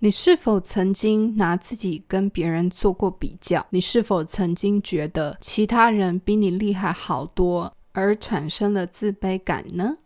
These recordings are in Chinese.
你是否曾经拿自己跟别人做过比较？你是否曾经觉得其他人比你厉害好多，而产生了自卑感呢？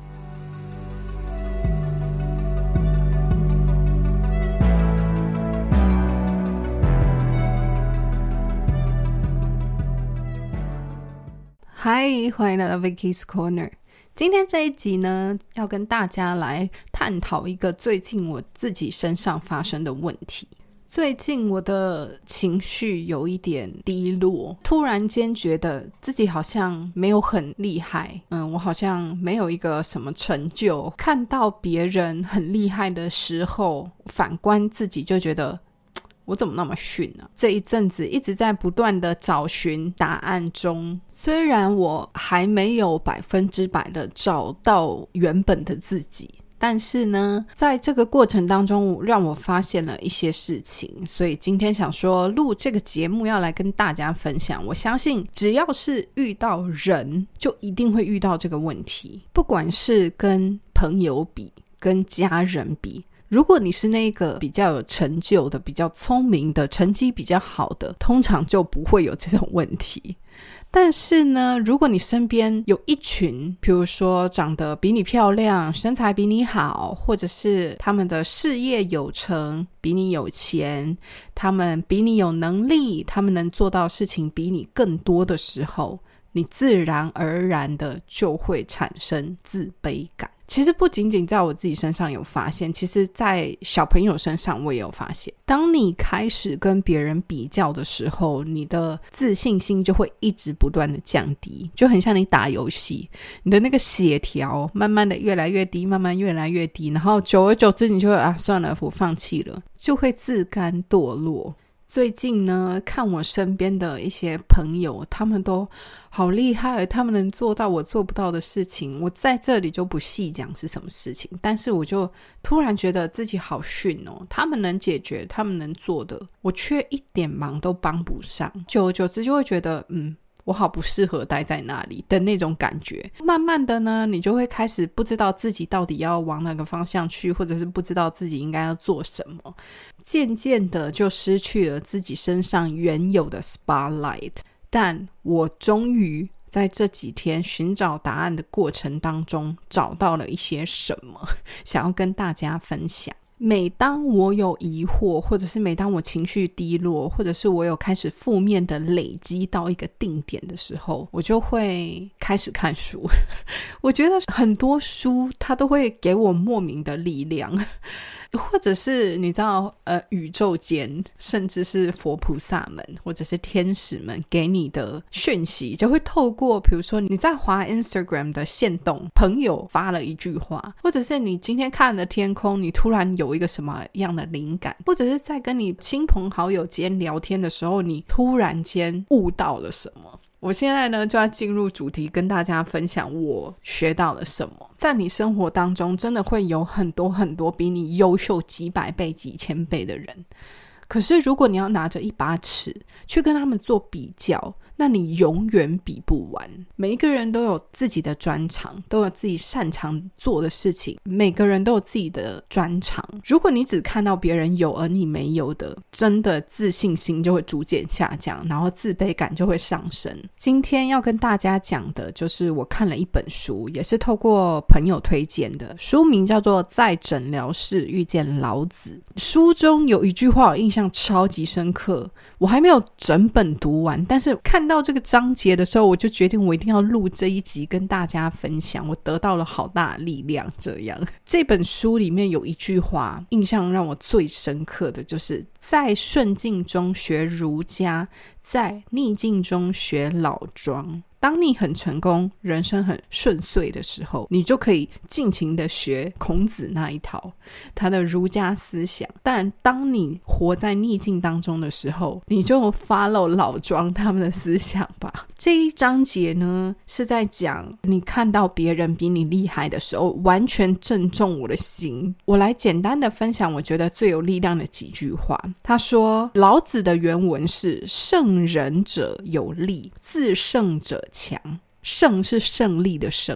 嗨，欢迎来到 Vicky's Corner。今天这一集呢，要跟大家来探讨一个最近我自己身上发生的问题。最近我的情绪有一点低落，突然间觉得自己好像没有很厉害，我好像没有一个什么成就。看到别人很厉害的时候，反观自己就觉得我怎么那么逊呢？这一阵子一直在不断的找寻答案中，虽然我还没有100%的找到原本的自己，但是呢，在这个过程当中让我发现了一些事情，所以今天想说录这个节目要来跟大家分享。我相信只要是遇到人，就一定会遇到这个问题，不管是跟朋友比，跟家人比，如果你是那个比较有成就的，比较聪明的，成绩比较好的，通常就不会有这种问题。但是呢，如果你身边有一群，比如说长得比你漂亮，身材比你好，或者是他们的事业有成，比你有钱，他们比你有能力，他们能做到事情比你更多的时候，你自然而然的就会产生自卑感。其实不仅仅在我自己身上有发现，其实在小朋友身上我也有发现。当你开始跟别人比较的时候，你的自信心就会一直不断的降低，就很像你打游戏，你的那个血条慢慢的越来越低，慢慢越来越低，然后久而久之你就会算了，我放弃了，就会自甘堕落。最近呢，看我身边的一些朋友，他们都好厉害，他们能做到我做不到的事情，我在这里就不细讲是什么事情，但是我就突然觉得自己好逊哦，他们能解决，他们能做的，我却一点忙都帮不上，久而久之就会觉得我好不适合待在那里的那种感觉。慢慢的呢，你就会开始不知道自己到底要往哪个方向去，或者是不知道自己应该要做什么，渐渐的就失去了自己身上原有的 spotlight。 但我终于在这几天寻找答案的过程当中找到了一些什么，想要跟大家分享。每当我有疑惑，或者是每当我情绪低落，或者是我有开始负面的累积到一个定点的时候，我就会开始看书。我觉得很多书它都会给我莫名的力量，或者是你知道宇宙间甚至是佛菩萨们或者是天使们给你的讯息，就会透过比如说你在滑 Instagram 的限动，朋友发了一句话，或者是你今天看了天空，你突然有一个什么样的灵感，或者是在跟你亲朋好友间聊天的时候，你突然间悟到了什么。我现在呢就要进入主题，跟大家分享我学到了什么。在你生活当中真的会有很多很多比你优秀几百倍几千倍的人，可是如果你要拿着一把尺去跟他们做比较，那你永远比不完。每一个人都有自己的专长，都有自己擅长做的事情，每个人都有自己的专长。如果你只看到别人有而你没有的，真的自信心就会逐渐下降，然后自卑感就会上升。今天要跟大家讲的就是我看了一本书，也是透过朋友推荐的，书名叫做《在诊疗室遇见老子》。书中有一句话我印象超级深刻，我还没有整本读完，但是看到这个章节的时候，我就决定我一定要录这一集跟大家分享，我得到了好大的力量。这本书里面有一句话印象让我最深刻的，就是在顺境中学儒家，在逆境中学老庄。当你很成功，人生很顺遂的时候，你就可以尽情的学孔子那一套，他的儒家思想。但当你活在逆境当中的时候，你就 follow 老庄他们的思想吧。这一章节呢，是在讲你看到别人比你厉害的时候，完全正中我的心。我来简单的分享我觉得最有力量的几句话。他说，老子的原文是：胜人者有力，自胜者强。胜是胜利的胜，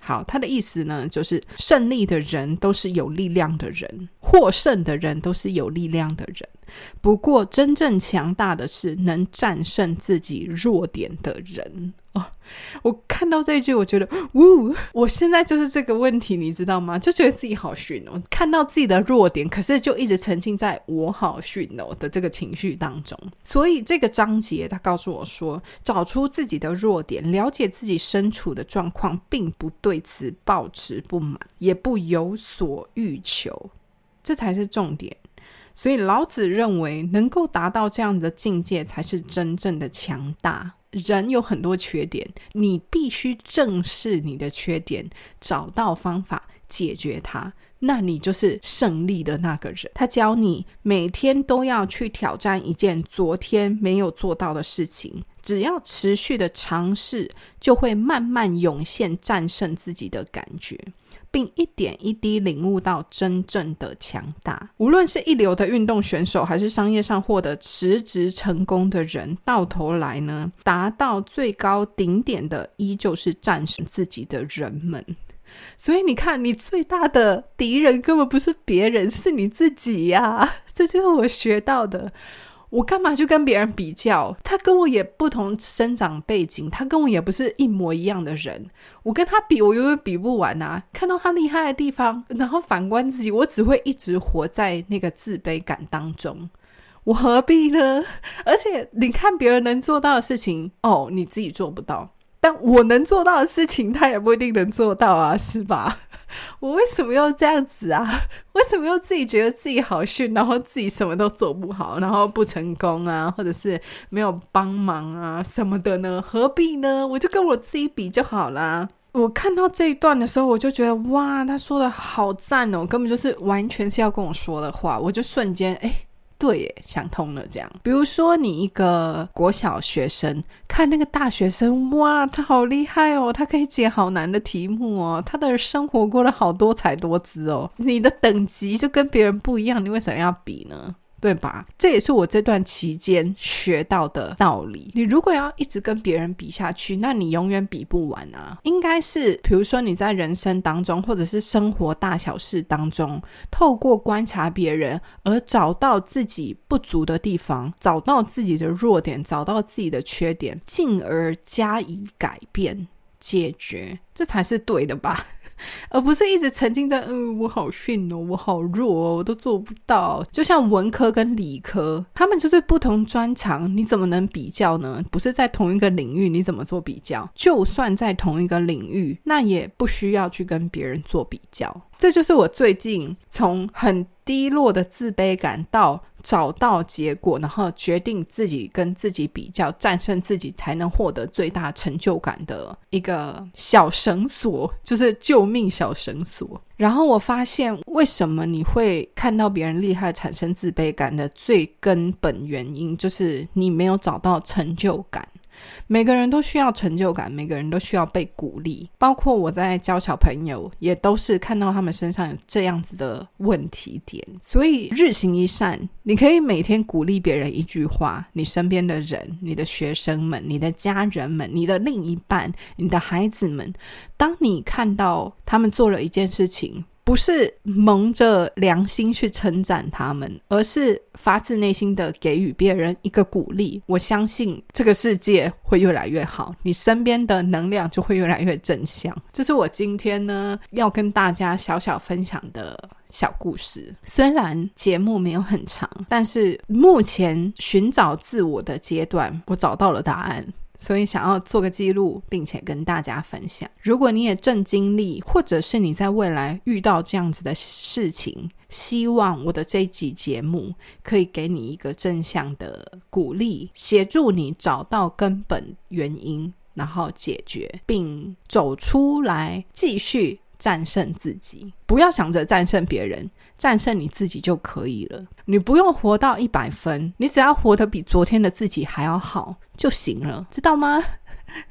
好，他的意思呢，就是胜利的人都是有力量的人，获胜的人都是有力量的人，不过真正强大的是能战胜自己弱点的人。我看到这一句我觉得我现在就是这个问题，你知道吗？就觉得自己好逊哦，看到自己的弱点，可是就一直沉浸在我好逊哦的这个情绪当中。所以这个章节他告诉我说，找出自己的弱点，了解自己身处的状况，并不对此抱持不满，也不有所欲求，这才是重点。所以老子认为能够达到这样的境界才是真正的强大。人有很多缺点，你必须正视你的缺点，找到方法解决它，那你就是胜利的那个人。他教你每天都要去挑战一件昨天没有做到的事情，只要持续的尝试，就会慢慢涌现战胜自己的感觉，并一点一滴领悟到真正的强大。无论是一流的运动选手，还是商业上获得实质成功的人，到头来呢，达到最高顶点的依旧是战胜自己的人们。所以你看，你最大的敌人根本不是别人，是你自己呀。这就是我学到的。我干嘛去跟别人比较？他跟我也不同生长背景，他跟我也不是一模一样的人，我跟他比，我永远比不完啊。看到他厉害的地方，然后反观自己，我只会一直活在那个自卑感当中，我何必呢？而且你看别人能做到的事情，你自己做不到，但我能做到的事情他也不一定能做到啊，是吧？我为什么要这样子啊？为什么要自己觉得自己好逊，然后自己什么都做不好，然后不成功啊，或者是没有帮忙啊什么的呢？何必呢？我就跟我自己比就好啦。我看到这一段的时候，我就觉得哇，他说的好赞哦，根本就是完全是要跟我说的话，我就瞬间对耶，想通了这样。比如说你一个国小学生，看那个大学生，哇，他好厉害哦，他可以解好难的题目哦，他的生活过得好多彩多姿哦，你的等级就跟别人不一样，你为什么要比呢？对吧？这也是我这段期间学到的道理。你如果要一直跟别人比下去，那你永远比不完啊。应该是比如说你在人生当中，或者是生活大小事当中，透过观察别人而找到自己不足的地方，找到自己的弱点，找到自己的缺点，进而加以改变解决，这才是对的吧？而不是一直沉浸在我好逊哦，我好弱哦，我都做不到。就像文科跟理科，他们就是不同专长，你怎么能比较呢？不是在同一个领域，你怎么做比较？就算在同一个领域，那也不需要去跟别人做比较。这就是我最近从很低落的自卑感到找到结果，然后决定自己跟自己比较，战胜自己才能获得最大成就感的一个小绳索，就是救命小绳索。然后我发现为什么你会看到别人厉害产生自卑感的最根本原因，就是你没有找到成就感。每个人都需要成就感，每个人都需要被鼓励，包括我在教小朋友也都是看到他们身上有这样子的问题点。所以日行一善，你可以每天鼓励别人一句话，你身边的人，你的学生们，你的家人们，你的另一半，你的孩子们，当你看到他们做了一件事情，不是蒙着良心去称赞他们，而是发自内心的给予别人一个鼓励，我相信这个世界会越来越好，你身边的能量就会越来越正向。这是我今天呢要跟大家小小分享的小故事。虽然节目没有很长，但是目前寻找自我的阶段，我找到了答案，所以想要做个记录，并且跟大家分享。如果你也正经历，或者是你在未来遇到这样子的事情，希望我的这一集节目可以给你一个正向的鼓励，协助你找到根本原因，然后解决，并走出来，继续战胜自己。不要想着战胜别人，战胜你自己就可以了。你不用活到100分，你只要活得比昨天的自己还要好就行了，知道吗？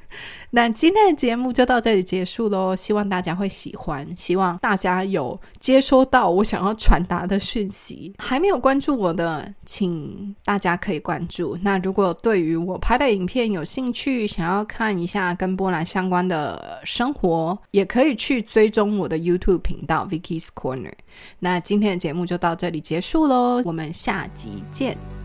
那今天的节目就到这里结束咯，希望大家会喜欢，希望大家有接收到我想要传达的讯息。还没有关注我的，请大家可以关注。那如果对于我拍的影片有兴趣，想要看一下跟波兰相关的生活，也可以去追踪我的 YouTube 频道 Vicky's Corner。那今天的节目就到这里结束咯，我们下集见。